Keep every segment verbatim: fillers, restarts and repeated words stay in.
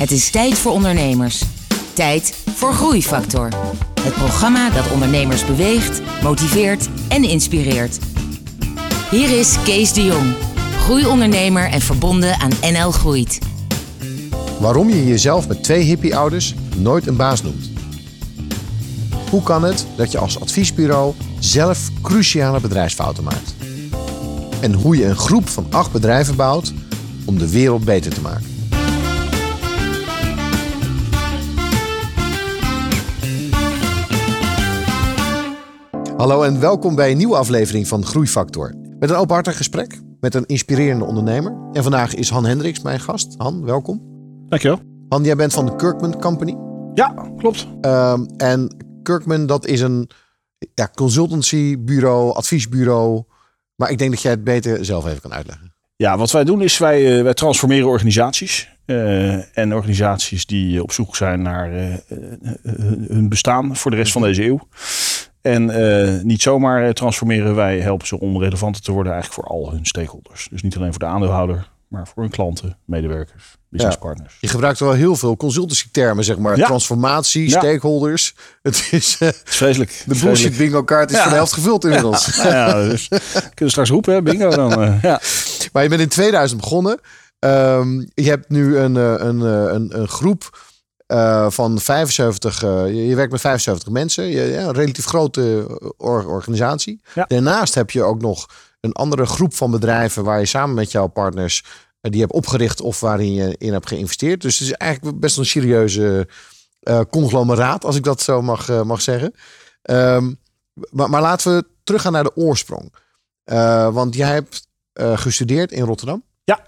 Het is tijd voor ondernemers. Tijd voor Groeifactor. Het programma dat ondernemers beweegt, motiveert en inspireert. Hier is Kees de Jong, groeiondernemer en verbonden aan N L Groeit. Waarom je jezelf met twee hippie-ouders nooit een baas noemt. Hoe kan het dat je als adviesbureau zelf cruciale bedrijfsfouten maakt? En hoe je een groep van acht bedrijven bouwt om de wereld beter te maken. Hallo en welkom bij een nieuwe aflevering van Groeifactor. Met een openhartig gesprek met een inspirerende ondernemer. En vandaag is Han Hendricks mijn gast. Han, welkom. Dankjewel. Han, jij bent van de Kirkman Company. Ja, klopt. Um, en Kirkman, dat is een ja, consultancybureau, adviesbureau. Maar ik denk dat jij het beter zelf even kan uitleggen. Ja, wat wij doen is wij, uh, wij transformeren organisaties. Uh, en organisaties die op zoek zijn naar uh, uh, hun bestaan voor de rest van deze eeuw. En uh, niet zomaar transformeren, wij helpen ze om relevanter te worden eigenlijk voor al hun stakeholders. Dus niet alleen voor de aandeelhouder, maar voor hun klanten, medewerkers, businesspartners. Ja, je gebruikt wel heel veel consultancy termen, zeg maar. Ja. Transformatie, ja. Stakeholders. Het is, uh, het is vreselijk. De bullshit bingo kaart is ja. voor de helft gevuld inmiddels. Ja, ja, dus kunnen we straks roepen, hè, bingo dan. Uh, ja. Maar je bent in tweeduizend begonnen. Um, je hebt nu een, een, een, een groep uh, van vijfenzeventig... Uh, je werkt met vijfenzeventig mensen. Je, ja, een relatief grote or- organisatie. Ja. Daarnaast heb je ook nog een andere groep van bedrijven waar je samen met jouw partners uh, die hebt opgericht of waarin je in hebt geïnvesteerd. Dus het is eigenlijk best een serieuze uh, conglomeraat, als ik dat zo mag, uh, mag zeggen. Um, maar, maar laten we teruggaan naar de oorsprong. Uh, want jij hebt uh, gestudeerd in Rotterdam. Ja.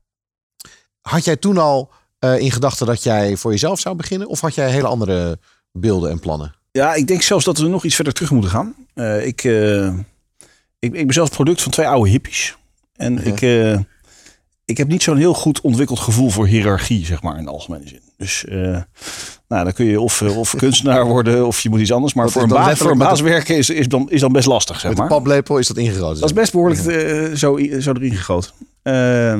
Had jij toen al uh, in gedachten dat jij voor jezelf zou beginnen? Of had jij hele andere beelden en plannen? Ja, ik denk zelfs dat we nog iets verder terug moeten gaan. Uh, ik... Uh... Ik, ik ben zelf het product van twee oude hippies. En ja. ik, uh, ik heb niet zo'n heel goed ontwikkeld gevoel voor hiërarchie, zeg maar, in de algemene zin. Dus uh, nou, dan kun je of, of kunstenaar worden of je moet iets anders. Maar voor een, baas, voor een baas werken is, is, dan, is dan best lastig, zeg met maar. Met de paplepel is dat ingegoten. Dat is best behoorlijk uh, zo, zo erin gegoten. Uh,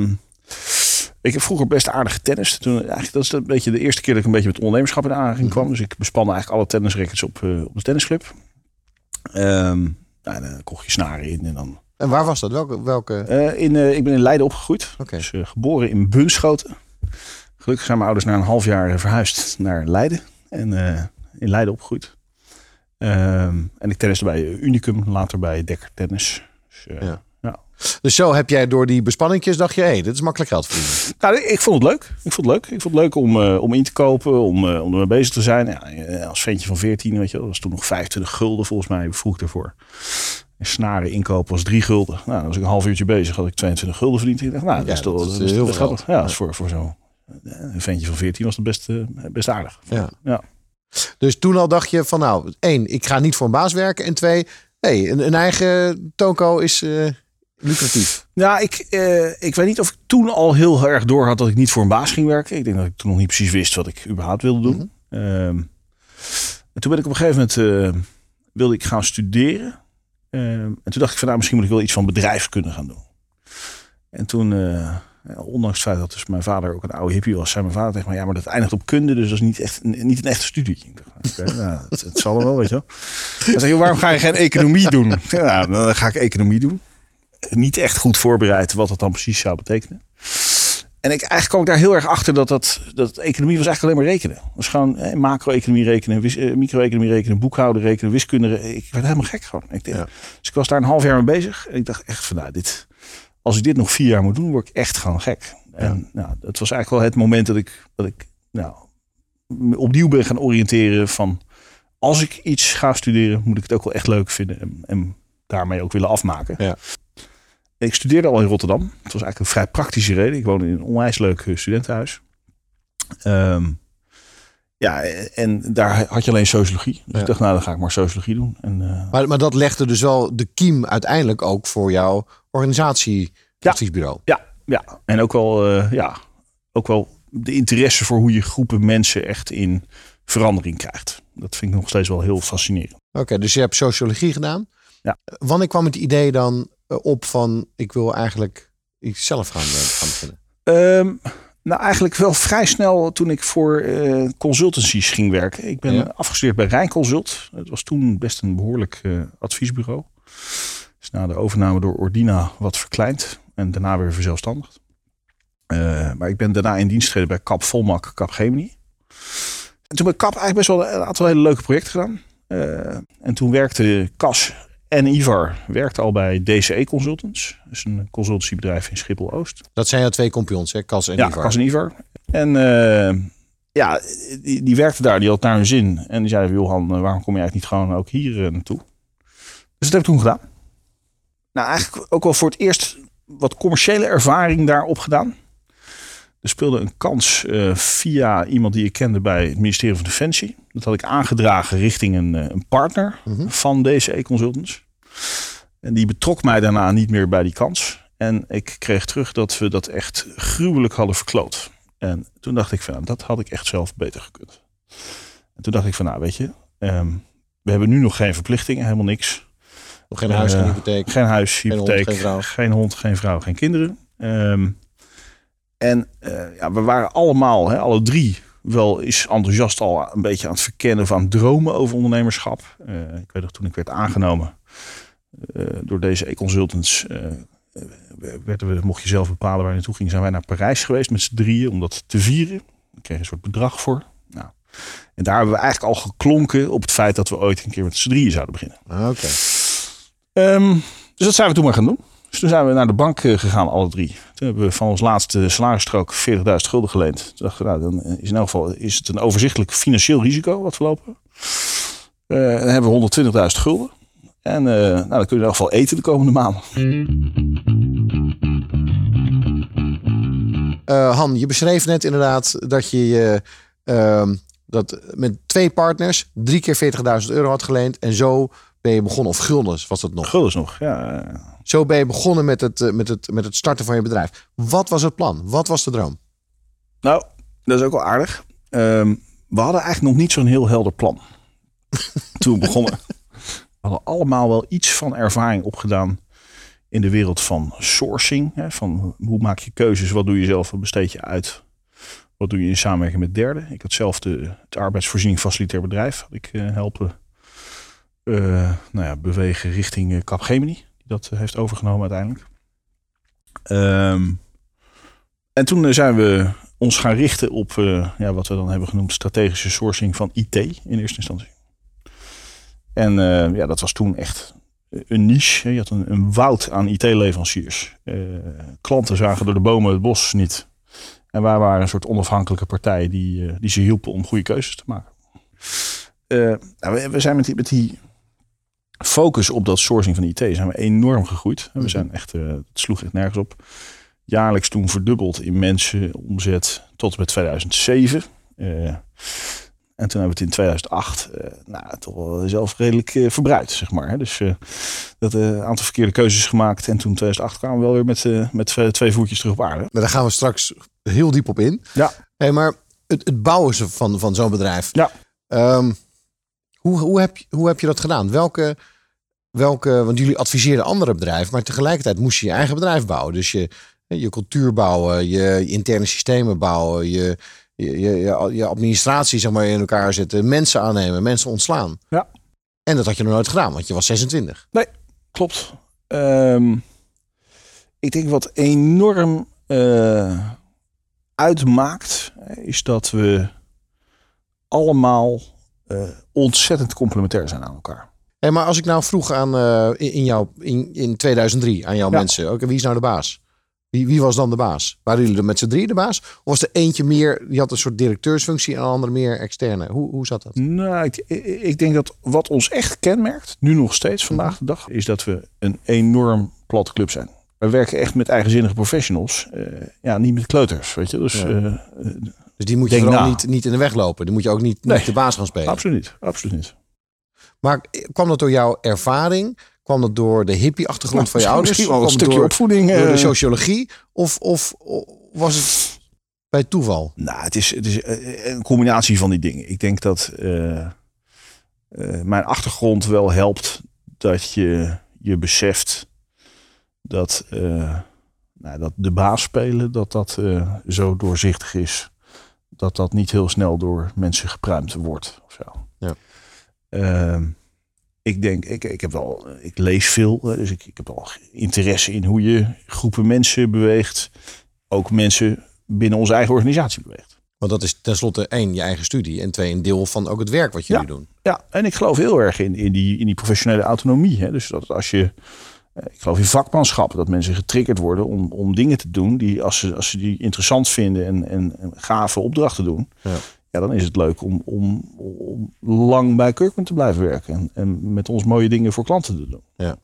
ik heb vroeger best aardig getennist. Toen, eigenlijk, dat is een beetje de eerste keer dat ik een beetje met ondernemerschap in aanraking kwam. Dus ik bespande eigenlijk alle tennisrackets op, uh, op de tennisclub. Um, Nou, dan kocht je snaren in en dan. En waar was dat? Welke? welke... Uh, in, uh, ik ben in Leiden opgegroeid. Okay. Dus uh, geboren in Bunschoten. Gelukkig zijn mijn ouders na een half jaar verhuisd naar Leiden. En uh, in Leiden opgegroeid. Uh, en ik tenniste bij Unicum, later bij Dekker Tennis. Dus, uh, ja. Ja. Dus zo heb jij door die bespanningjes dacht je, hé, hey, dit is makkelijk geld verdienen. Nou, ik vond het leuk. Ik vond het leuk. Ik vond het leuk om, uh, om in te kopen, om, uh, om ermee bezig te zijn. Ja, als ventje van veertien, weet je, dat was toen nog vijfentwintig gulden volgens mij, vroeg ervoor. En snaren inkopen was drie gulden. Nou, dan was ik een half uurtje bezig, had ik tweeëntwintig gulden verdiend. Ik dacht, nou, dat ja, is toch dat is, dat is heel veel. Ja, dat is voor, voor zo'n een ventje van veertien was dat best, uh, best aardig. Ja. Ja. Dus toen al dacht je van, nou, één, ik ga niet voor een baas werken. En twee, nee, een, een eigen toko is uh, lucratief. Ja, ik, uh, ik weet niet of ik toen al heel erg door had dat ik niet voor een baas ging werken. Ik denk dat ik toen nog niet precies wist wat ik überhaupt wilde doen. Mm-hmm. Um, en toen ben ik op een gegeven moment uh, wilde ik gaan studeren. Um, en toen dacht ik van nou, misschien moet ik wel iets van bedrijfskunde gaan doen. En toen, uh, ondanks het feit dat dus mijn vader ook een oude hippie was, zei mijn vader tegen mij, ja, maar dat eindigt op kunde, dus dat is niet echt niet een echte studie. Ik dacht, okay, nou, het, het zal wel, weet je wel. Hij zei, waarom ga je geen economie doen? Ja, dan ga ik economie doen. Niet echt goed voorbereid wat dat dan precies zou betekenen. En ik, eigenlijk kwam ik daar heel erg achter dat, dat, dat economie was eigenlijk alleen maar rekenen. Het was gewoon eh, macro-economie rekenen, wis, eh, micro-economie rekenen, boekhouden rekenen, wiskunde. Ik werd helemaal gek gewoon. Ik dacht, ja. Dus ik was daar een half jaar mee bezig. En ik dacht echt van nou, dit, als ik dit nog vier jaar moet doen, word ik echt gewoon gek. Ja. En nou, dat was eigenlijk wel het moment dat ik, dat ik nou, opnieuw ben gaan oriënteren van als ik iets ga studeren, moet ik het ook wel echt leuk vinden. En, en daarmee ook willen afmaken. Ja. Ik studeerde al in Rotterdam. Het was eigenlijk een vrij praktische reden. Ik woonde in een onwijs leuk studentenhuis. Um, ja, en daar had je alleen sociologie. Dus ja. ik dacht, nou, dan ga ik maar sociologie doen. En, uh, maar, maar dat legde dus wel de kiem uiteindelijk ook voor jouw organisatieadviesbureau. Ja, ja, ja. En ook wel, uh, ja, ook wel de interesse voor hoe je groepen mensen echt in verandering krijgt. Dat vind ik nog steeds wel heel fascinerend. Oké, okay, dus je hebt sociologie gedaan. Ja. Wanneer kwam het idee dan op van ik wil eigenlijk iets zelf gaan, gaan beginnen? Um, Nou, eigenlijk wel vrij snel toen ik voor uh, consultancies ging werken. Ik ben ja. afgestudeerd bij Rijnconsult. Het was toen best een behoorlijk uh, adviesbureau. Is na de overname door Ordina wat verkleind en daarna weer verzelfstandigd. Uh, maar ik ben daarna in dienst getreden bij Cap Volmac, Capgemini. En toen bij Cap eigenlijk best wel een aantal hele leuke projecten gedaan. Uh, en toen werkte Cas en Ivar werkte al bij D C E Consultants. Dat is een consultancybedrijf in Schiphol-Oost. Dat zijn jouw twee compagnons, hè? Cas en ja, Ivar. Ja, Cas en Ivar. En uh, ja, die, die werkte daar, die had naar hun zin. En die zeiden, Johan, waarom kom je eigenlijk niet gewoon ook hier uh, naartoe? Dus dat heb ik toen gedaan. Nou, eigenlijk ook wel voor het eerst wat commerciële ervaring daarop gedaan. Er speelde een kans uh, via iemand die ik kende bij het ministerie van Defensie. Dat had ik aangedragen richting een, een partner mm-hmm. van D C E Consultants. En die betrok mij daarna niet meer bij die kans. En ik kreeg terug dat we dat echt gruwelijk hadden verkloot. En toen dacht ik van, nou, dat had ik echt zelf beter gekund. En toen dacht ik van, nou weet je, um, we hebben nu nog geen verplichtingen, helemaal niks. Nog geen huis, uh, geen hypotheek. Geen huis, hypotheek, geen hond, geen vrouw. Geen, hond, geen vrouw, geen kinderen. Um, en uh, ja, we waren allemaal, hè, alle drie, wel eens enthousiast al een beetje aan het verkennen of aan het dromen over ondernemerschap. Uh, ik weet nog, toen ik werd aangenomen uh, door deze e-consultants, uh, werden we, mocht je zelf bepalen waar je naartoe ging, zijn wij naar Parijs geweest met z'n drieën om dat te vieren. Ik kreeg een soort bedrag voor. Nou, en daar hebben we eigenlijk al geklonken op het feit dat we ooit een keer met z'n drieën zouden beginnen. Oké. Okay. Um, dus dat zijn we toen maar gaan doen. Dus toen zijn we naar de bank gegaan, alle drie. Toen hebben we van ons laatste salarisstrook veertigduizend gulden geleend. Toen dachten we, nou, dan is in elk geval is het een overzichtelijk financieel risico wat we lopen. Uh, dan hebben we honderdtwintigduizend gulden. En uh, nou, dan kun je in elk geval eten de komende maanden. Uh, Han, je beschreef net inderdaad dat je uh, uh, dat met twee partners drie keer veertigduizend euro had geleend. En zo ben je begonnen, of guldens was dat nog? Guldens nog, ja. Zo ben je begonnen met het, met, het, met het starten van je bedrijf. Wat was het plan? Wat was de droom? Nou, dat is ook wel aardig. Um, we hadden eigenlijk nog niet zo'n heel helder plan. Toen we begonnen. We hadden allemaal wel iets van ervaring opgedaan in de wereld van sourcing. Hè, van hoe maak je keuzes, wat doe je zelf, wat besteed je uit? Wat doe je in samenwerking met derden? Ik had zelf de, het arbeidsvoorziening facilitair bedrijf. Had ik uh, helpen uh, nou ja, bewegen richting uh, Capgemini. Die dat uh, heeft overgenomen uiteindelijk. Um, en toen uh, zijn we ons gaan richten op uh, ja, wat we dan hebben genoemd strategische sourcing van I T in eerste instantie. En uh, ja, dat was toen echt een niche. Je had een, een woud aan I T-leveranciers. Uh, klanten zagen door de bomen het bos niet. En wij waren een soort onafhankelijke partij die, uh, die ze hielpen om goede keuzes te maken. Uh, nou, we, we zijn met die, met die focus op dat sourcing van I T zijn we enorm gegroeid. We zijn echt, uh, het sloeg echt nergens op. Jaarlijks toen verdubbeld in mensen, omzet tot en met tweeduizend zeven. Uh, en toen hebben we het in tweeduizend acht uh, nou, toch wel zelf redelijk uh, verbruid, zeg maar. Hè. Dus uh, dat een uh, aantal verkeerde keuzes gemaakt. En toen in tweeduizend acht kwamen we wel weer met, uh, met uh, twee voetjes terug op aarde. Maar daar gaan we straks heel diep op in. Ja. Hey, maar het, het bouwen van, van zo'n bedrijf. Ja. Um, hoe, hoe, heb je, hoe heb je dat gedaan? Welke, welke, want jullie adviseerden andere bedrijven, maar tegelijkertijd moest je je eigen bedrijf bouwen. Dus je, je cultuur bouwen, je, je interne systemen bouwen, je, je, je, je administratie zeg maar in elkaar zetten, mensen aannemen, mensen ontslaan. Ja. En dat had je nog nooit gedaan, want je was zesentwintig. Nee, klopt. Um, ik denk wat enorm uh, uitmaakt, is dat we allemaal uh, ontzettend complementair zijn aan elkaar. Hey, maar als ik nou vroeg aan uh, in, in, jou, in, in tweeduizend drie aan jouw ja. mensen, okay, wie is nou de baas? Wie, wie was dan de baas? Waren jullie er met z'n drieën de baas? Of was er eentje meer, die had een soort directeursfunctie en een andere meer externe? Hoe, hoe zat dat? Nou, ik, ik denk dat wat ons echt kenmerkt, nu nog steeds vandaag de dag, is dat we een enorm platte club zijn. We werken echt met eigenzinnige professionals. Uh, ja, niet met kleuters, weet je. Dus, ja. uh, dus die moet je vooral niet, niet in de weg lopen. Die moet je ook niet, nee, niet de baas gaan spelen. Absoluut niet, absoluut niet. Maar kwam dat door jouw ervaring? Kwam dat door de hippie-achtergrond nou, van je ouders? Misschien wel een kwam stukje door, opvoeding. Door de sociologie? Of, of, of was het bij toeval? Nou, het is, het is een combinatie van die dingen. Ik denk dat uh, uh, mijn achtergrond wel helpt dat je je beseft dat uh, nou, dat de baas spelen, dat dat uh, zo doorzichtig is. Dat dat niet heel snel door mensen gepruimd wordt. Of zo. Ja. Uh, ik denk, ik, ik heb wel, ik lees veel. Dus ik, ik heb wel interesse in hoe je groepen mensen beweegt. Ook mensen binnen onze eigen organisatie beweegt. Want dat is tenslotte één, je eigen studie. En twee, een deel van ook het werk wat jullie ja, doen. Ja, en ik geloof heel erg in, in, die, in die professionele autonomie. Hè. Dus dat als je, ik geloof in vakmanschap. Dat mensen getriggerd worden om, om dingen te doen die als ze, als ze die interessant vinden en, en, en gave opdrachten doen. Ja. Ja, dan is het leuk om, om, om lang bij Kirkman te blijven werken. En, en met ons mooie dingen voor klanten te doen. Ja.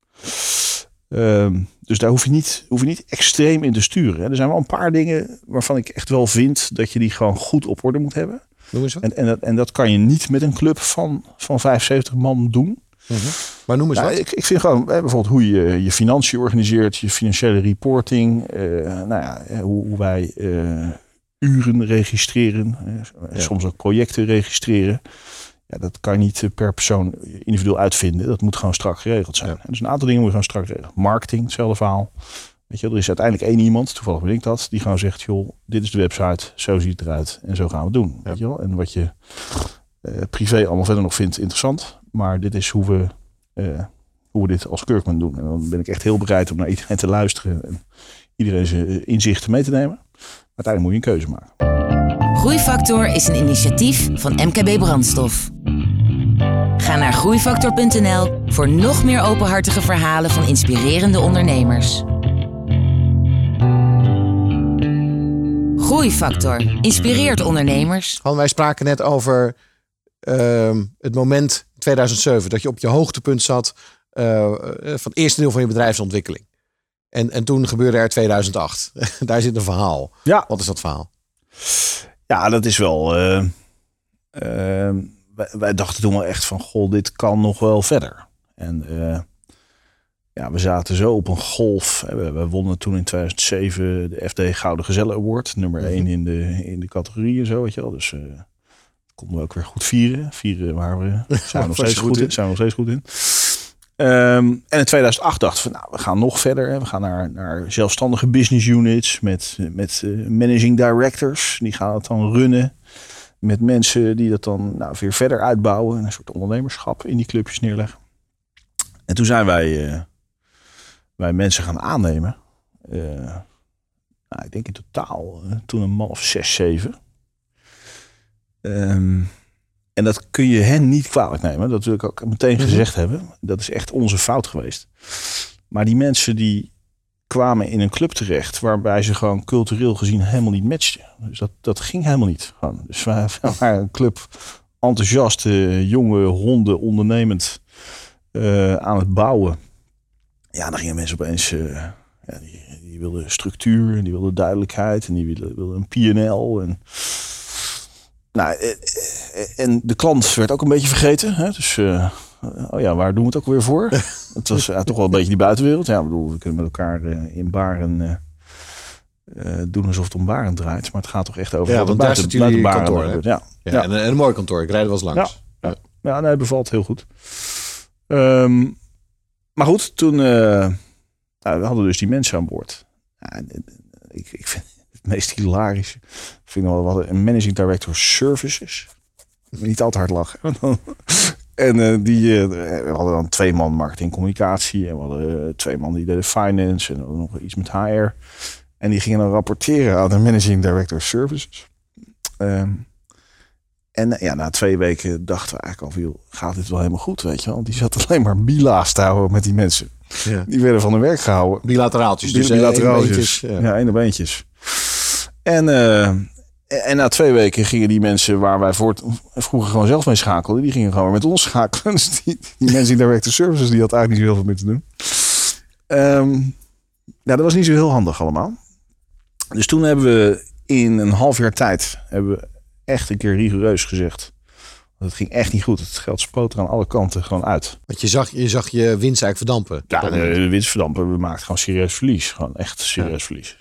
Um, dus daar hoef je, niet, hoef je niet extreem in te sturen. Hè. Er zijn wel een paar dingen waarvan ik echt wel vind dat je die gewoon goed op orde moet hebben. Noem eens wat. En, en, dat, en dat kan je niet met een club van, van vijfenzeventig man doen. Mm-hmm. Maar noem eens nou, wat. Ik, ik vind gewoon bijvoorbeeld hoe je je financiën organiseert, je financiële reporting. Uh, nou ja, hoe, hoe wij uh, uren registreren. Uh, ja. Soms ook projecten registreren. Ja, dat kan je niet per persoon individueel uitvinden. Dat moet gewoon strak geregeld zijn. Ja. Dus een aantal dingen moet je gewoon strak regelen. Marketing, hetzelfde verhaal. Weet je, er is uiteindelijk één iemand, toevallig ben ik dat, die gewoon zegt, joh, dit is de website, zo ziet het eruit en zo gaan we het doen. Ja. Weet je wel? En wat je uh, privé allemaal verder nog vindt, interessant. Maar dit is hoe we, uh, hoe we dit als Kirkman doen. En dan ben ik echt heel bereid om naar iedereen te luisteren en iedereen zijn inzichten mee te nemen. Maar uiteindelijk moet je een keuze maken. Groeifactor is een initiatief van M K B Brandstof. Ga naar groeifactor punt n l voor nog meer openhartige verhalen van inspirerende ondernemers. Groeifactor inspireert ondernemers. Han, wij spraken net over uh, het moment tweeduizend zeven dat je op je hoogtepunt zat uh, van het eerste deel van je bedrijfsontwikkeling. En, en toen gebeurde er tweeduizend acht. Daar zit een verhaal. Ja. Wat is dat verhaal? Ja, dat is wel... Uh, uh, wij, wij dachten toen wel echt van, goh, dit kan nog wel verder. En uh, ja, we zaten zo op een golf. We, we wonnen toen in tweeduizend zeven de F D Gouden Gezellen Award. Nummer één in de, in de categorie en zo, weet je wel. Dus uh, konden we ook weer goed vieren. Vieren waar we, zijn we nog steeds goed in. Zijn we nog steeds goed in. Um, en in tweeduizend acht dachten we, nou, we gaan nog verder. Hè. We gaan naar, naar zelfstandige business units met, met uh, managing directors. Die gaan het dan runnen. Met mensen die dat dan nou, weer verder uitbouwen. En een soort ondernemerschap in die clubjes neerleggen. En toen zijn wij, uh, wij mensen gaan aannemen. Uh, nou, ik denk in totaal uh, toen een man of zes, zeven. Um, En dat kun je hen niet kwalijk nemen. Dat wil ik ook meteen mm-hmm. gezegd hebben. Dat is echt onze fout geweest. Maar die mensen die kwamen in een club terecht waarbij ze gewoon cultureel gezien helemaal niet matchten. Dus dat, dat ging helemaal niet. Gewoon. Dus we waren een club enthousiaste, jonge honden, ondernemend uh, aan het bouwen. Ja, dan gingen mensen opeens... Uh, ja, die, die wilden structuur, en die wilden duidelijkheid en die wilden, wilden een P en L en... Nou, en de klant werd ook een beetje vergeten. Hè? Dus, uh, oh ja, waar doen we het ook weer voor? Het was ja, toch wel een beetje die buitenwereld. Ja, ik bedoel, we kunnen met elkaar uh, in baren uh, uh, doen alsof het om baren draait. Maar het gaat toch echt over... Ja, want daar zit jullie kantoor. Hè? Ja, ja, ja. En een, een mooi kantoor. Ik rijd er wel eens langs. Ja, ja. ja nee, bevalt heel goed. Um, maar goed, toen... Uh, nou, we hadden dus die mensen aan boord. Ja, ik, ik vind... Het meest hilarische. Ik vind wel wat een managing director services. Niet al te hard lachen. en uh, die uh, we hadden dan twee man marketing communicatie. En we hadden uh, twee man die deden finance. En nog iets met H R. En die gingen dan rapporteren aan de managing director services. Um, en ja, na twee weken dachten we eigenlijk al, joh, gaat dit wel helemaal goed, weet je wel? Want die zat alleen maar bila's te houden met die mensen. Ja. Die werden van hun werk gehouden. Bilateraaltjes. Dus bilateraaltjes. Ja, ja één op eentjes. En, uh, en na twee weken gingen die mensen waar wij voor vroeger gewoon zelf mee schakelden, die gingen gewoon met ons schakelen. Dus die, die mensen die direct services, die had eigenlijk niet zo heel veel meer te doen. Um, nou, dat was niet zo heel handig allemaal. Dus toen hebben we in een half jaar tijd hebben we echt een keer rigoureus gezegd. Het ging echt niet goed. Het geld spoot er aan alle kanten gewoon uit. Want je zag je, zag je winst eigenlijk verdampen. Ja, de, de winst verdampen. We maakten gewoon serieus verlies. Gewoon echt serieus ja. verlies.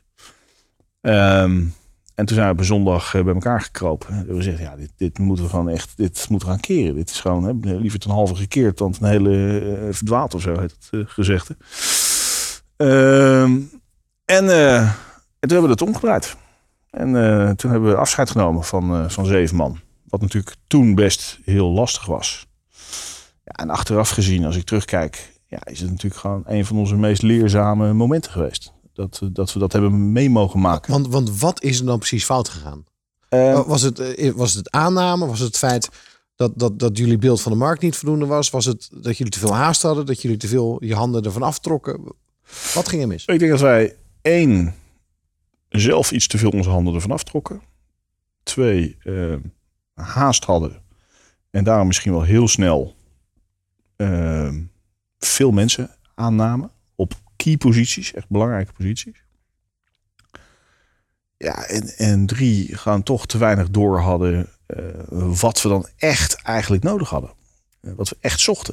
Um, en toen zijn we op een zondag bij elkaar gekropen. We zeggen, ja, dit, dit moeten we gewoon echt, dit moeten we gaan keren. Dit is gewoon hè, liever ten halve gekeerd dan een hele uh, verdwaald of zo, heet het uh, gezegde. Um, En, uh, en toen hebben we het omgedraaid. En uh, toen hebben we afscheid genomen van, uh, van zeven man. Wat natuurlijk toen best heel lastig was. Ja, en achteraf gezien, als ik terugkijk, ja, is het natuurlijk gewoon een van onze meest leerzame momenten geweest. Dat, dat we dat hebben mee mogen maken. Want, want wat is er dan precies fout gegaan? Uh, was, het, was het aanname? Was het het feit dat, dat, dat jullie beeld van de markt niet voldoende was? Was het dat jullie te veel haast hadden? Dat jullie te veel je handen ervan aftrokken? Wat ging er mis? Ik denk dat wij één, zelf iets te veel onze handen ervan aftrokken. Twee, uh, haast hadden. En daarom misschien wel heel snel uh, veel mensen aannamen. Op key posities, echt belangrijke posities. Ja, en, en drie, gewoon toch te weinig door hadden uh, wat we dan echt eigenlijk nodig hadden. Uh, wat we echt zochten.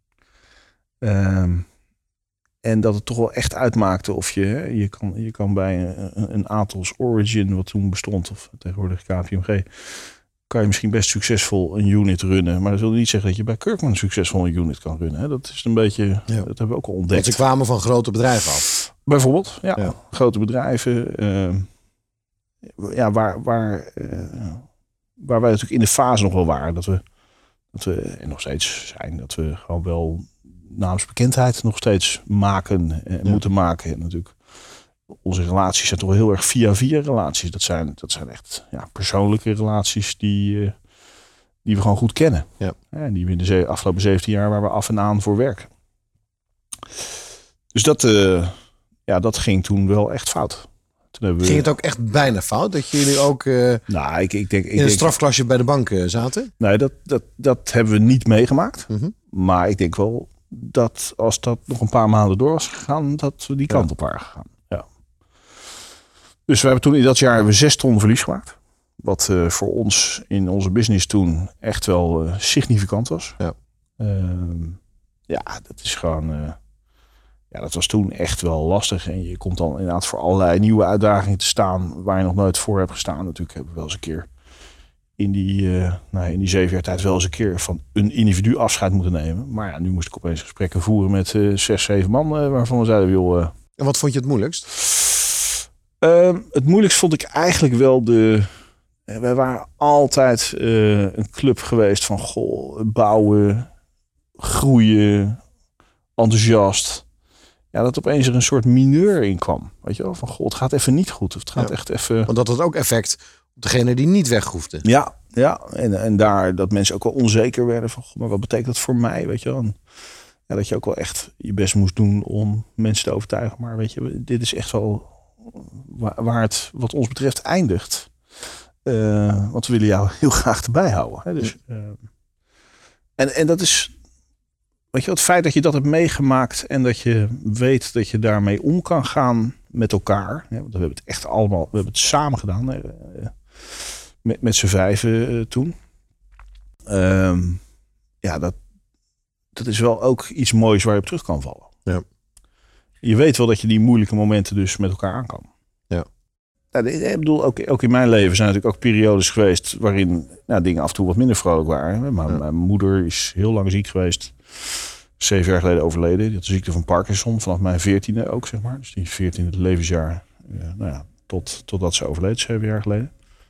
Um, en dat het toch wel echt uitmaakte of je, je kan, je kan bij een, een Atos Origin, wat toen bestond, of tegenwoordig K P M G, kan je misschien best succesvol een unit runnen. Maar dat wil niet zeggen dat je bij Kirkman succesvol een unit kan runnen. Hè? Dat is een beetje, ja. Dat hebben we ook al ontdekt. Want ze kwamen van grote bedrijven af. Bijvoorbeeld, ja. ja. Grote bedrijven. Uh, ja, waar, waar, uh, waar wij natuurlijk in de fase nog wel waren. Dat we, dat we, en nog steeds zijn, dat we gewoon wel naamsbekendheid nog steeds maken en ja. moeten maken. En natuurlijk, onze relaties zijn toch wel heel erg via-via relaties. Dat zijn, dat zijn echt ja, persoonlijke relaties die, uh, die we gewoon goed kennen. Ja. En die we in de ze- afgelopen zeventien jaar waar we af en aan voor werken. Dus dat, uh, ja, dat ging toen wel echt fout. Toen hebben we... Ging het ook echt bijna fout? Dat jullie ook uh, nou, ik, ik denk, ik in een denk... strafklasje bij de bank uh, zaten? Nee, dat, dat, dat hebben we niet meegemaakt. Mm-hmm. Maar ik denk wel dat als dat nog een paar maanden door was gegaan, dat we die kant ja. op waren gegaan. Ja. Dus we hebben toen in dat jaar hebben we zes ton verlies gemaakt. Wat uh, voor ons in onze business toen echt wel uh, significant was. Ja. Uh, ja, dat is gewoon... Uh, ja, dat was toen echt wel lastig. En je komt dan inderdaad voor allerlei nieuwe uitdagingen te staan waar je nog nooit voor hebt gestaan. Natuurlijk hebben we wel eens een keer in die, uh, nou, in die zeven jaar tijd wel eens een keer van een individu afscheid moeten nemen. Maar ja, nu moest ik opeens gesprekken voeren met uh, zes, zeven man uh, waarvan we zeiden, joh... Uh, en wat vond je het moeilijkst? Uh, het moeilijkst vond ik eigenlijk wel de... Uh, wij waren altijd uh, een club geweest van goh, bouwen, groeien, enthousiast. Ja, dat opeens er een soort mineur in kwam. Weet je wel, van goh, het gaat even niet goed. Of het gaat ja. echt even... Want dat had ook effect op degene die niet weg hoefde. Ja, ja. En, en daar dat mensen ook wel onzeker werden van, goh, maar wat betekent dat voor mij, weet je wel? En, ja, dat je ook wel echt je best moest doen om mensen te overtuigen. Maar weet je, dit is echt wel waar, waar het wat ons betreft eindigt. Uh, want we willen jou heel graag erbij houden. Hè? Dus, uh, en, en dat is... Weet je, het feit dat je dat hebt meegemaakt en dat je weet dat je daarmee om kan gaan met elkaar. Ja, we hebben het echt allemaal, we hebben het samen gedaan. Hè, met, met z'n vijven uh, toen. Um, ja, dat, dat is wel ook iets moois waar je op terug kan vallen. Ja. Je weet wel dat je die moeilijke momenten dus met elkaar aan kan. Ja. Nou, ik bedoel, ook, ook in mijn leven zijn natuurlijk ook periodes geweest waarin nou, dingen af en toe wat minder vrolijk waren. Maar ja. Mijn moeder is heel lang ziek geweest. Zeven jaar geleden overleden. Die had de ziekte van Parkinson vanaf mijn veertiende ook, zeg maar. Dus die veertiende levensjaar, ja, nou ja, tot, totdat ze overleed, zeven jaar geleden.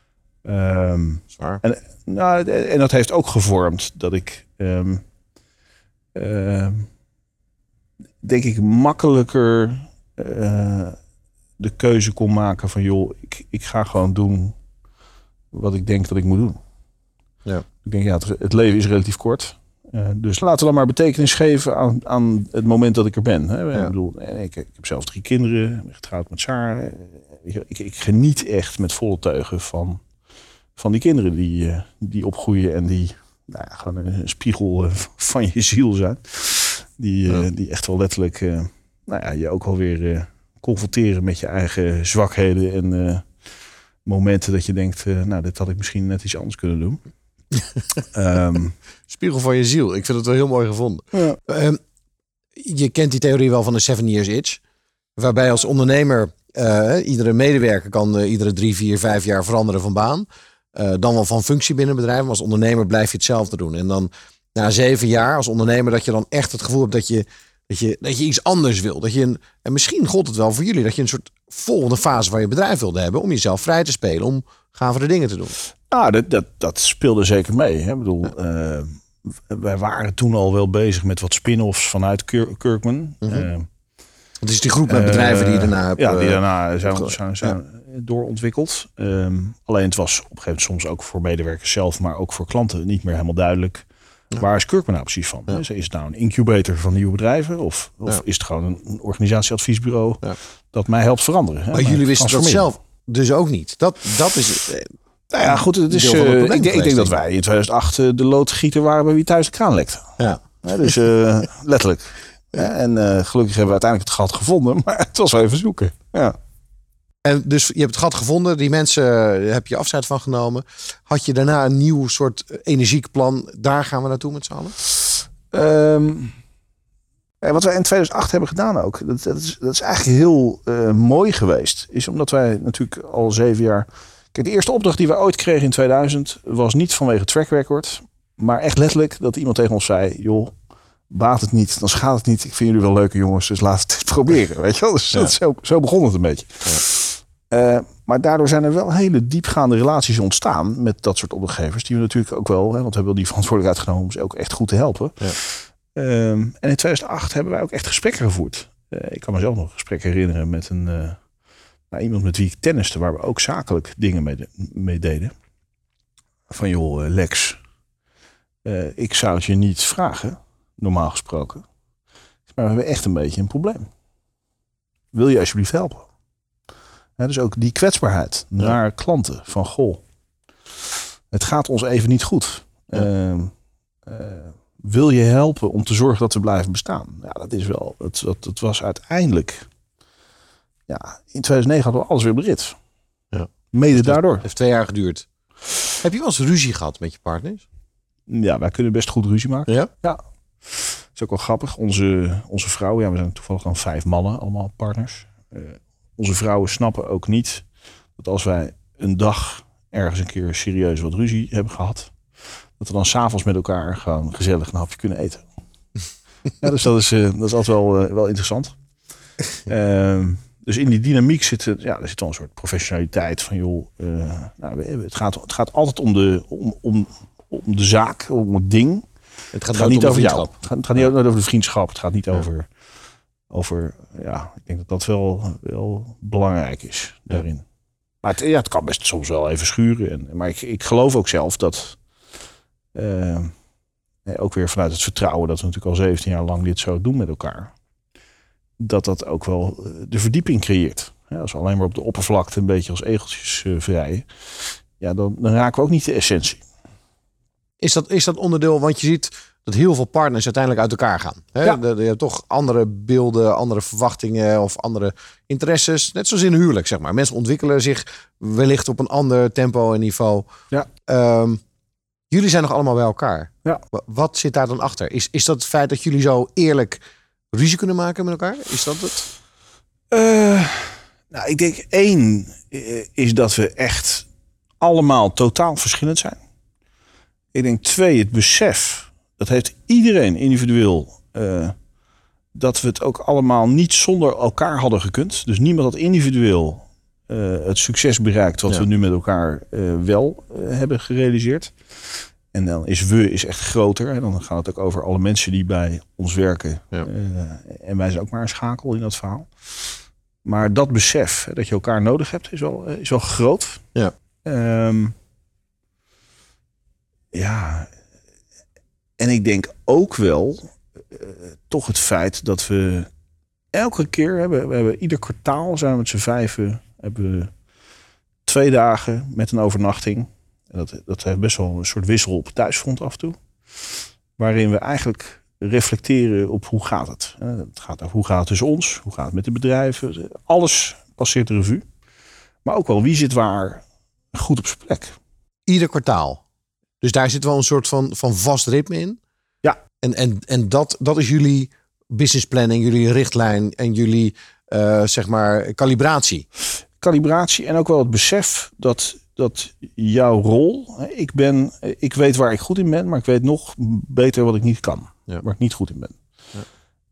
Um, Zwaar. En, nou, en dat heeft ook gevormd dat ik, um, uh, denk ik, makkelijker uh, de keuze kon maken van, joh, ik, ik ga gewoon doen wat ik denk dat ik moet doen. Ja. Ik denk, ja, het, het leven is relatief kort. Uh, dus laten we dan maar betekenis geven aan, aan het moment dat ik er ben. Hè. Ja. Ik bedoel, ik, ik heb zelf drie kinderen, ben getrouwd met Saar. Ik, ik geniet echt met volle teugen van, van die kinderen die, uh, die opgroeien en die nou ja, gewoon een spiegel uh, van je ziel zijn. Die, uh, ja. die echt wel letterlijk uh, nou ja, je ook wel weer uh, confronteren met je eigen zwakheden en uh, momenten dat je denkt, uh, nou, dit had ik misschien net iets anders kunnen doen. um, Spiegel van je ziel. Ik vind het wel heel mooi gevonden. Ja. Um, je kent die theorie wel van de seven years itch. Waarbij als ondernemer uh, iedere medewerker kan uh, iedere drie, vier, vijf jaar veranderen van baan. Uh, dan wel van functie binnen een bedrijf. Maar als ondernemer blijf je hetzelfde doen. En dan na zeven jaar als ondernemer dat je dan echt het gevoel hebt dat je Dat je, dat je iets anders wil. Dat je een, en misschien gold het wel voor jullie dat je een soort volgende fase van je bedrijf wilde hebben om jezelf vrij te spelen, om gavere dingen te doen. Nou, dat, dat, dat speelde zeker mee. Hè? Ik bedoel, ja. uh, wij waren toen al wel bezig met wat spin-offs vanuit Kirk- Kirkman. Mm-hmm. Uh, Het is die groep met bedrijven die je daarna hebt. Ja, die uh, daarna zijn, zijn, zijn ja. doorontwikkeld. Um, alleen het was op een gegeven moment soms ook voor medewerkers zelf, maar ook voor klanten niet meer helemaal duidelijk. Ja. Waar is Kirkman nou precies van? Ja. Is het nou een incubator van nieuwe bedrijven? Of, of ja. is het gewoon een, een organisatieadviesbureau ja. dat mij helpt veranderen? Hè? Maar mij jullie wisten dat zelf dus ook niet. Dat, dat is... Eh, nou ja, goed. Het is, uh, ik, denk, ik denk dat wij in tweeduizend acht uh, de loodgieter waren bij wie thuis de kraan lekte. Ja. Ja, dus uh, letterlijk. Ja, en uh, gelukkig hebben we uiteindelijk het gat gevonden. Maar het was wel even zoeken. Ja. En dus je hebt het gat gevonden. Die mensen uh, heb je afscheid van genomen. Had je daarna een nieuw soort energiek plan? Daar gaan we naartoe met z'n allen? Um, ja, wat wij in tweeduizend acht hebben gedaan ook. Dat, dat, is, dat is eigenlijk heel uh, mooi geweest. Is omdat wij natuurlijk al zeven jaar... Kijk, de eerste opdracht die we ooit kregen in tweeduizend... was niet vanwege track record. Maar echt letterlijk dat iemand tegen ons zei... joh, baat het niet, dan schaadt het niet. Ik vind jullie wel leuke jongens, dus laat het eens proberen. Weet je wel? Dus ja. dat, zo, zo begon het een beetje. Ja. Uh, maar daardoor zijn er wel hele diepgaande relaties ontstaan... met dat soort opdrachtgevers. Die we natuurlijk ook wel... Hè, want we hebben wel die verantwoordelijkheid genomen... om ze ook echt goed te helpen. Ja. Um, en in tweeduizend acht hebben wij ook echt gesprekken gevoerd. Uh, ik kan mezelf nog gesprekken herinneren met een... Uh, nou, iemand met wie ik tenniste... waar we ook zakelijk dingen mee, de, mee deden. Van joh, Lex... Uh, ik zou het je niet vragen... normaal gesproken. Maar we hebben echt een beetje een probleem. Wil je alsjeblieft helpen? Ja, dus ook die kwetsbaarheid ja. naar klanten. Van goh, het gaat ons even niet goed. Ja. Uh, uh, wil je helpen om te zorgen dat we blijven bestaan? Ja, dat is wel, het, dat, dat was uiteindelijk... Ja, in tweeduizend negen hadden we alles weer op de rit. Ja. Mede het daardoor. Het heeft twee jaar geduurd. Heb je wel eens ruzie gehad met je partners? Ja, wij kunnen best goed ruzie maken. Ja? Ja. Dat is ook wel grappig. Onze, onze vrouwen, ja, we zijn toevallig dan vijf mannen, allemaal partners. Uh, onze vrouwen snappen ook niet dat als wij een dag ergens een keer serieus wat ruzie hebben gehad, dat we dan s'avonds met elkaar gewoon gezellig een hapje kunnen eten. Ja, dus dat is, uh, dat is altijd wel, uh, wel interessant. Uh, dus in die dynamiek zit, ja, er zit wel een soort professionaliteit van joh, uh, nou, het, gaat, het gaat altijd om de, om, om, om de zaak, om het ding. Het gaat, het gaat niet over jou. Het gaat, het gaat niet ja. over de vriendschap. Het gaat niet ja. over, over... Ja, ik denk dat dat wel, wel belangrijk is daarin. Ja. Maar het, ja, het kan best soms wel even schuren. En, maar ik, ik geloof ook zelf dat... Uh, nee, ook weer vanuit het vertrouwen... dat we natuurlijk al zeventien jaar lang dit zo doen met elkaar... dat dat ook wel de verdieping creëert. Ja, als we alleen maar op de oppervlakte... een beetje als egeltjes uh, vrijen... ja, dan, dan raken we ook niet de essentie. Is dat, is dat onderdeel, want je ziet dat heel veel partners uiteindelijk uit elkaar gaan. Hè? Ja. De, de, je hebt toch andere beelden, andere verwachtingen of andere interesses. Net zoals in een huwelijk, zeg maar. Mensen ontwikkelen zich wellicht op een ander tempo en niveau. Ja. Um, jullie zijn nog allemaal bij elkaar. Ja. Wat zit daar dan achter? Is, is dat het feit dat jullie zo eerlijk ruzie kunnen maken met elkaar? Is dat het? Uh, nou, ik denk één is dat we echt allemaal totaal verschillend zijn. Ik denk twee, het besef, dat heeft iedereen individueel, uh, dat we het ook allemaal niet zonder elkaar hadden gekund. Dus niemand had individueel uh, het succes bereikt wat ja. we nu met elkaar uh, wel uh, hebben gerealiseerd. En dan is we is echt groter. En dan gaat het ook over alle mensen die bij ons werken. Ja. Uh, en wij zijn ook maar een schakel in dat verhaal. Maar dat besef, dat je elkaar nodig hebt, is wel, uh, is wel groot. Ja. Um, Ja, en ik denk ook wel uh, toch het feit dat we elke keer hebben, we hebben ieder kwartaal zijn we met z'n vijven, hebben we twee dagen met een overnachting. En dat, dat heeft best wel een soort wissel op het thuisfront af en toe. Waarin we eigenlijk reflecteren op hoe gaat het. Uh, het gaat over hoe gaat het tussen ons, hoe gaat het met de bedrijven. Alles passeert de revue. Maar ook wel wie zit waar goed op zijn plek. Ieder kwartaal. Dus daar zit wel een soort van, van vast ritme in. Ja. En, en, en dat, dat is jullie business planning, jullie richtlijn en jullie uh, zeg maar kalibratie. Kalibratie en ook wel het besef dat, dat jouw rol... Ik, ben, ik weet waar ik goed in ben, maar ik weet nog beter wat ik niet kan. Ja. Waar ik niet goed in ben. Ja.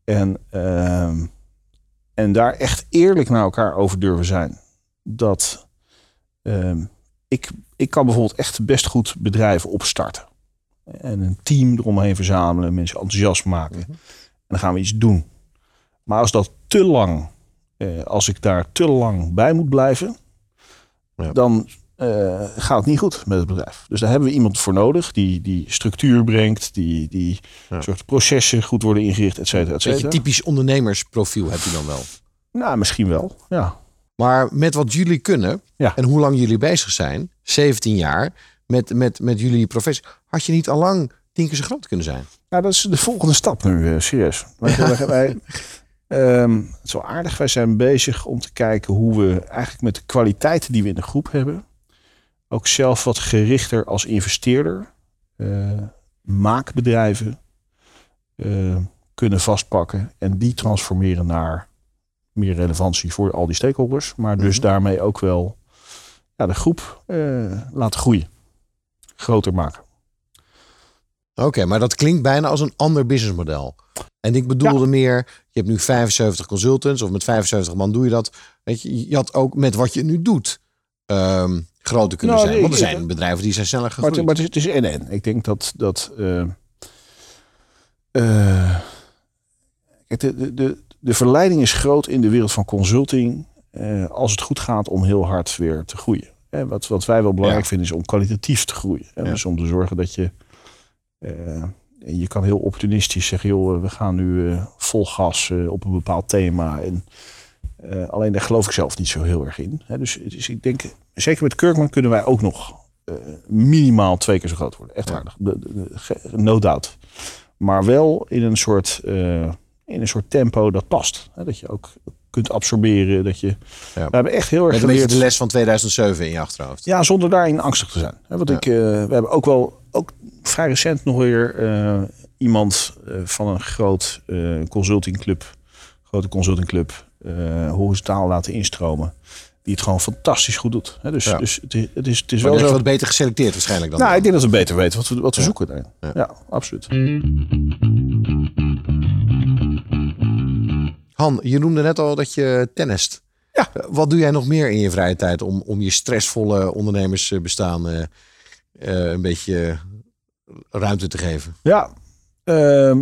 En, uh, en daar echt eerlijk naar elkaar over durven zijn. Dat uh, ik, ik kan bijvoorbeeld echt best goed bedrijven opstarten. En een team eromheen verzamelen. Mensen enthousiast maken. Mm-hmm. En dan gaan we iets doen. Maar als dat te lang... Uh, als ik daar te lang bij moet blijven... Ja. Dan uh, gaat het niet goed met het bedrijf. Dus daar hebben we iemand voor nodig. Die, die structuur brengt. Die, die ja. soort processen goed worden ingericht. Et cetera, et cetera. Een typisch ondernemersprofiel heb je dan wel? Nou, misschien wel. Ja. Maar met wat jullie kunnen... Ja. En hoe lang jullie bezig zijn... zeventien jaar... Met, met, met jullie professie... had je niet al lang tien keer zo groot kunnen zijn? Nou, dat is de volgende stap nu, uh, serieus. Wij, wij, um, het is wel aardig. Wij zijn bezig om te kijken hoe we eigenlijk met de kwaliteiten die we in de groep hebben... ook zelf wat gerichter als investeerder... Uh, maakbedrijven uh, kunnen vastpakken... en die transformeren naar meer relevantie voor al die stakeholders. Maar dus mm-hmm. daarmee ook wel ja, de groep uh, laten groeien. Groter maken. Oké, okay, maar dat klinkt bijna als een ander businessmodel. En ik bedoelde ja. meer, je hebt nu vijfenzeventig consultants... of met vijfenzeventig man doe je dat. Weet je, je had ook met wat je nu doet... Um, groter kunnen nou, zijn. Want er zijn ik, bedrijven die zijn sneller gegroeid. Maar, maar het is en en. Ik denk dat... dat uh, uh, de, de, de, de verleiding is groot in de wereld van consulting... Uh, als het goed gaat om heel hard weer te groeien. En wat, wat wij wel belangrijk ja. vinden is om kwalitatief te groeien. En ja. Dus om te zorgen dat je... Uh, je kan heel opportunistisch zeggen... joh, we gaan nu uh, vol gas uh, op een bepaald thema. En, uh, alleen daar geloof ik zelf niet zo heel erg in. He, dus, dus ik denk... Zeker met Kirkman kunnen wij ook nog uh, minimaal twee keer zo groot worden. Echt waar. Ja. No doubt. Maar wel in een soort, uh, in een soort tempo dat past. He, dat je ook kunt absorberen. Dat je, ja. We hebben echt heel erg met een beetje de les van tweeduizend zeven in je achterhoofd. Ja, zonder daarin angstig te zijn. He, want ja. ik, uh, we hebben ook wel, ook vrij recent nog weer uh, iemand uh, van een groot uh, consultingclub, grote consultingclub, uh, horizontaal laten instromen. Die het gewoon fantastisch goed doet. He, dus, ja. dus het is, het is, het is wel zo wat beter geselecteerd waarschijnlijk dan. Nou, dan. Ik denk dat we beter weten wat we, wat we ja. zoeken. Ja. ja, absoluut. Han, je noemde net al dat je tennist. Ja. Wat doe jij nog meer in je vrije tijd om, om je stressvolle ondernemersbestaan uh, uh, een beetje ruimte te geven? Ja, uh,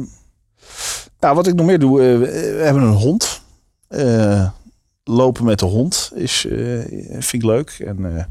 nou, wat ik nog meer doe, uh, we hebben een hond. Uh, lopen met de hond is, uh, vind ik leuk. En uh,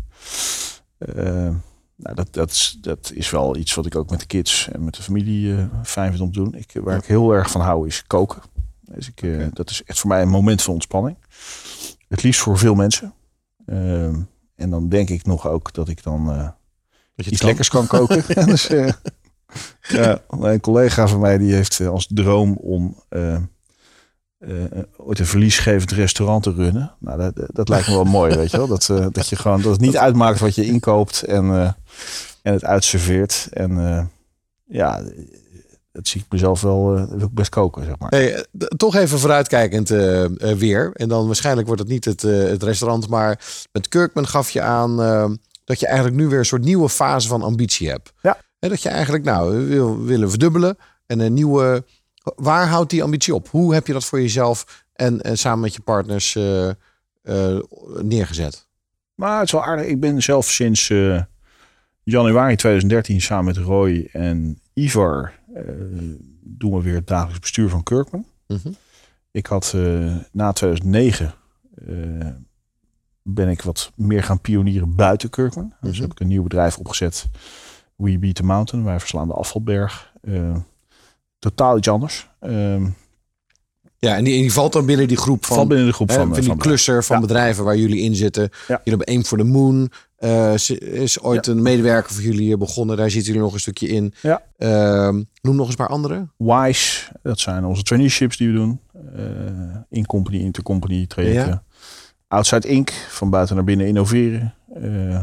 uh, nou, dat, dat, is, dat is wel iets wat ik ook met de kids en met de familie uh, fijn vind om te doen. Ik, waar ik heel erg van hou is koken. Dus ik, uh, okay. Dat is echt voor mij een moment van ontspanning. Het liefst voor veel mensen. Uh, en dan denk ik nog ook dat ik dan uh, dat je iets kan. lekkers kan koken. dus, uh, ja, een collega van mij die heeft als droom om uh, uh, ooit een verliesgevend restaurant te runnen. Nou, dat, dat lijkt me wel mooi, weet je wel. Dat, uh, dat je gewoon dat het niet uitmaakt wat je inkoopt en, uh, en het uitserveert. En uh, ja. Dat zie ik mezelf wel, uh, wil ik best koken, zeg maar. Hey, d- toch even vooruitkijkend uh, uh, weer. En dan waarschijnlijk wordt het niet het, uh, het restaurant. Maar met Kirkman gaf je aan uh, dat je eigenlijk nu weer een soort nieuwe fase van ambitie hebt. Ja. En dat je eigenlijk nou wil willen verdubbelen. En een nieuwe... Waar houdt die ambitie op? Hoe heb je dat voor jezelf en, en samen met je partners uh, uh, neergezet? Maar het is wel aardig. Ik ben zelf sinds uh, januari tweeduizend dertien samen met Roy en Ivar... Uh, doen we weer het dagelijks bestuur van Kirkman. Mm-hmm. Ik had uh, na tweeduizend negen uh, ben ik wat meer gaan pionieren buiten Kirkman. Mm-hmm. Dus heb ik een nieuw bedrijf opgezet. We Beat the Mountain. Wij verslaan de afvalberg. Uh, totaal iets anders. Uh, ja, en die, die valt dan binnen die groep van, valt binnen de groep hè, van, van die van cluster van ja. bedrijven waar jullie in zitten. Ja. Jullie hebben Aim for the Moon. Uh, is ooit ja. een medewerker voor jullie begonnen. Daar zitten jullie nog een stukje in. Ja. Uh, noem nog eens een paar andere. Wise, dat zijn onze traineeships die we doen. Uh, in-company, intercompany trajecten. Ja. Outside Incorporated, van buiten naar binnen innoveren. Uh,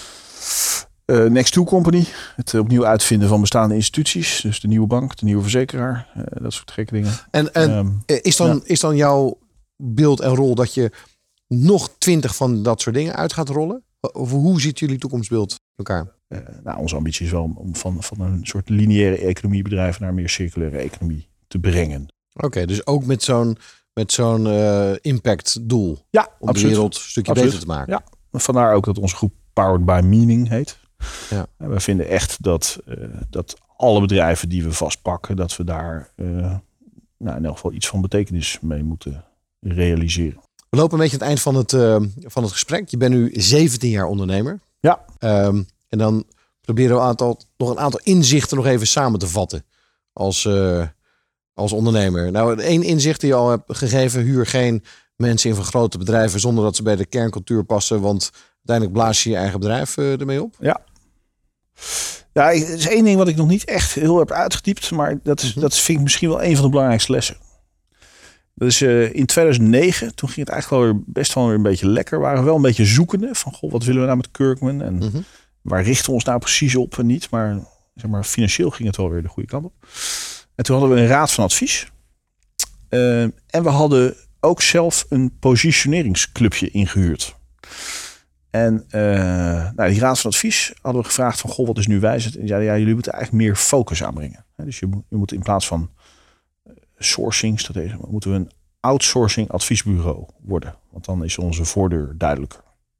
uh, Next to Company, het opnieuw uitvinden van bestaande instituties. Dus de nieuwe bank, de nieuwe verzekeraar. Uh, dat soort gekke dingen. En, en um, is, dan, ja. is dan jouw beeld en rol dat je nog twintig van dat soort dingen uit gaat rollen? Of hoe ziet jullie toekomstbeeld elkaar? Uh, nou, onze ambitie is wel om van, van een soort lineaire economiebedrijf naar een meer circulaire economie te brengen. Oké, okay, dus ook met zo'n, met zo'n uh, impactdoel. Ja, om absoluut. de wereld een stukje absoluut. beter te maken. Ja, vandaar ook dat onze groep Powered by Meaning heet. Ja. En we vinden echt dat, uh, dat alle bedrijven die we vastpakken, dat we daar uh, nou, in elk geval iets van betekenis mee moeten realiseren. We lopen een beetje aan het eind van het, uh, van het gesprek. Je bent nu zeventien jaar ondernemer. Ja. Um, en dan proberen we een aantal, nog een aantal inzichten nog even samen te vatten als, uh, als ondernemer. Nou, één inzicht die je al hebt gegeven: huur geen mensen in van grote bedrijven zonder dat ze bij de kerncultuur passen, want uiteindelijk blaas je je eigen bedrijf uh, ermee op. Ja. Ja, er is één ding wat ik nog niet echt heel heb uitgediept, maar dat, is, dat vind ik misschien wel een van de belangrijkste lessen. Dat is uh, in tweeduizend negen, toen ging het eigenlijk wel weer best wel weer een beetje lekker. We waren wel een beetje zoekende van, goh, wat willen we nou met Kirkman? En mm-hmm. waar richten we ons nou precies op en niet? Maar, zeg maar financieel ging het wel weer de goede kant op. En toen hadden we een raad van advies. Uh, en we hadden ook zelf een positioneringsclubje ingehuurd. En uh, nou, die raad van advies hadden we gevraagd van, goh, wat is nu wijzend? En zeiden, ja, jullie moeten eigenlijk meer focus aanbrengen. Dus je moet, je moet in plaats van sourcing, strategie, moeten we een outsourcing adviesbureau worden. Want dan is onze voordeur duidelijker.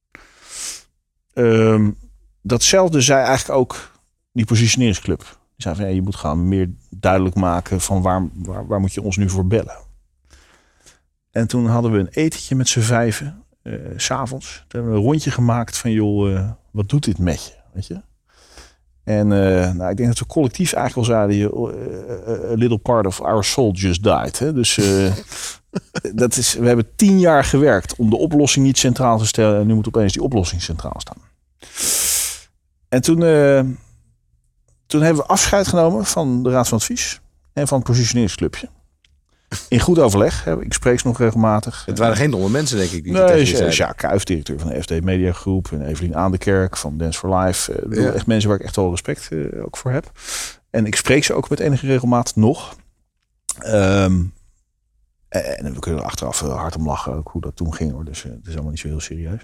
Um, datzelfde zei eigenlijk ook die positioneringsclub. Die zei van, ja, je moet gaan meer duidelijk maken van waar, waar, waar moet je ons nu voor bellen. En toen hadden we een etentje met z'n vijven. Uh, 's avonds. Toen hebben we een rondje gemaakt van, joh, uh, wat doet dit met je? Weet je? En uh, nou, ik denk dat we collectief eigenlijk wel zeiden, uh, a little part of our soul just died. Hè? Dus uh, dat is, we hebben tien jaar gewerkt om de oplossing niet centraal te stellen. En nu moet opeens die oplossing centraal staan. En toen, uh, toen hebben we afscheid genomen van de Raad van Advies en van het positioneringsclubje. In goed overleg. Ik spreek ze nog regelmatig. Het waren geen domme mensen, denk ik. Die nee, Sjaak Kuijf, directeur van de F D Media Groep. En Evelien Aandekerk van Dance for Life. Uh, ja. Echt mensen waar ik echt wel respect uh, ook voor heb. En ik spreek ze ook met enige regelmaat nog. Um, en we kunnen er achteraf hard om lachen ook hoe dat toen ging. Hoor. Dus uh, het is allemaal niet zo heel serieus.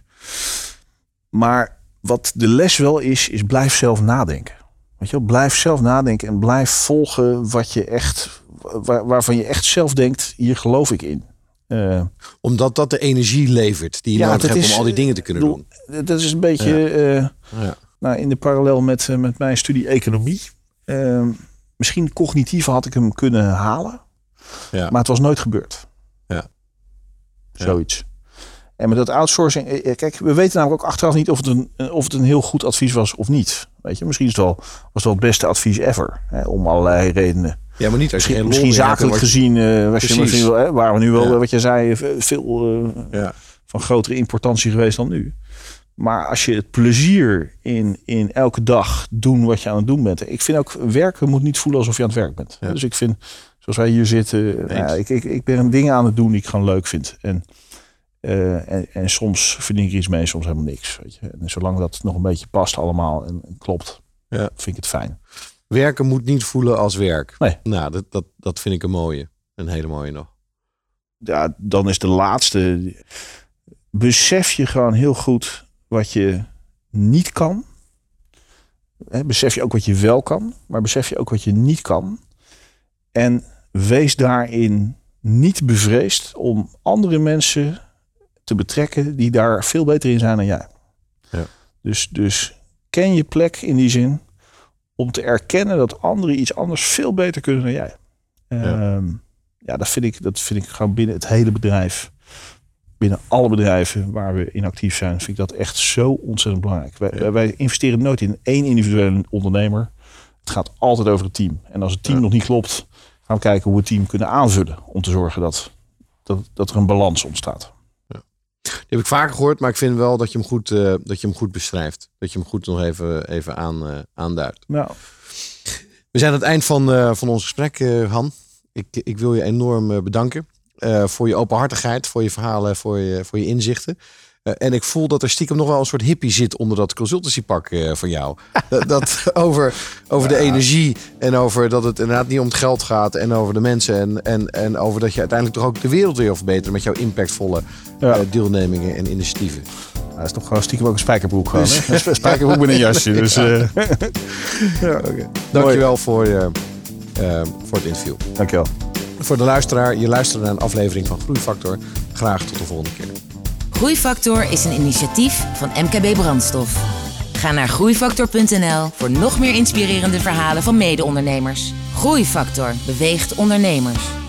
Maar wat de les wel is, is blijf zelf nadenken. Weet je wel? Blijf zelf nadenken en blijf volgen wat je echt, waar, waarvan je echt zelf denkt, hier geloof ik in. Uh, Omdat dat de energie levert die je ja, nodig hebt is, om al die dingen te kunnen bedoel, doen. Dat is een beetje ja. Uh, ja. Nou, in de parallel met, uh, met mijn studie economie. Uh, misschien cognitief had ik hem kunnen halen. Ja. Maar het was nooit gebeurd. Ja. Zoiets. En met dat outsourcing, kijk, we weten namelijk ook achteraf niet of het een, of het een heel goed advies was of niet. Weet je, misschien is het wel, was het wel het beste advies ever. Hè, om allerlei redenen. Ja, maar niet als je misschien, misschien zakelijk je, gezien, uh, was je misschien wel, hè, waren we nu wel, ja. wat je zei, veel uh, ja. van grotere importantie geweest dan nu. Maar als je het plezier in, in elke dag doen wat je aan het doen bent. Ik vind ook, werken moet niet voelen alsof je aan het werk bent. Ja. Dus ik vind, zoals wij hier zitten, nou ja, ik, ik, ik ben dingen aan het doen die ik gewoon leuk vind. En Uh, en, en soms verdien ik iets mee, soms helemaal niks. Weet je. En zolang dat nog een beetje past allemaal en, en klopt, ja. vind ik het fijn. Werken moet niet voelen als werk. Nee. Nou, dat, dat, dat vind ik een mooie. Een hele mooie nog. Ja, dan is de laatste. Besef je gewoon heel goed wat je niet kan. He, besef je ook wat je wel kan. Maar besef je ook wat je niet kan. En wees daarin niet bevreesd om andere mensen te betrekken die daar veel beter in zijn dan jij. Ja. Dus, dus ken je plek in die zin om te erkennen dat anderen iets anders veel beter kunnen dan jij. Ja, um, ja dat, vind ik, dat vind ik gewoon binnen het hele bedrijf, binnen alle bedrijven waar we in actief zijn, vind ik dat echt zo ontzettend belangrijk. Wij, ja. wij investeren nooit in één individuele ondernemer. Het gaat altijd over het team. En als het team ja. nog niet klopt, gaan we kijken hoe we het team kunnen aanvullen om te zorgen dat, dat, dat er een balans ontstaat. Ja. Die heb ik vaker gehoord, maar ik vind wel dat je hem goed, uh, dat je hem goed beschrijft. Dat je hem goed nog even, even aan, uh, aanduidt. Nou. We zijn aan het eind van, uh, van ons gesprek, uh, Han. Ik, ik wil je enorm uh, bedanken uh, voor je openhartigheid, voor je verhalen, voor je, voor je inzichten. Uh, en ik voel dat er stiekem nog wel een soort hippie zit onder dat consultancypak uh, van jou. dat, dat over over ja. de energie en over dat het inderdaad niet om het geld gaat en over de mensen. En, en, en over dat je uiteindelijk toch ook de wereld wil verbeteren met jouw impactvolle ja. uh, deelnemingen en initiatieven. Dat is toch gewoon stiekem ook een spijkerbroek gewoon. Dus, een spijkerbroek met een jasje. Dus, uh... ja, okay. Dankjewel voor, uh, uh, voor het interview. Dankjewel. voor de luisteraar, je luistert naar een aflevering van Groeifactor. Graag tot de volgende keer. Groeifactor is een initiatief van M K B Brandstof. Ga naar groeifactor punt n l voor nog meer inspirerende verhalen van mede-ondernemers. Groeifactor beweegt ondernemers.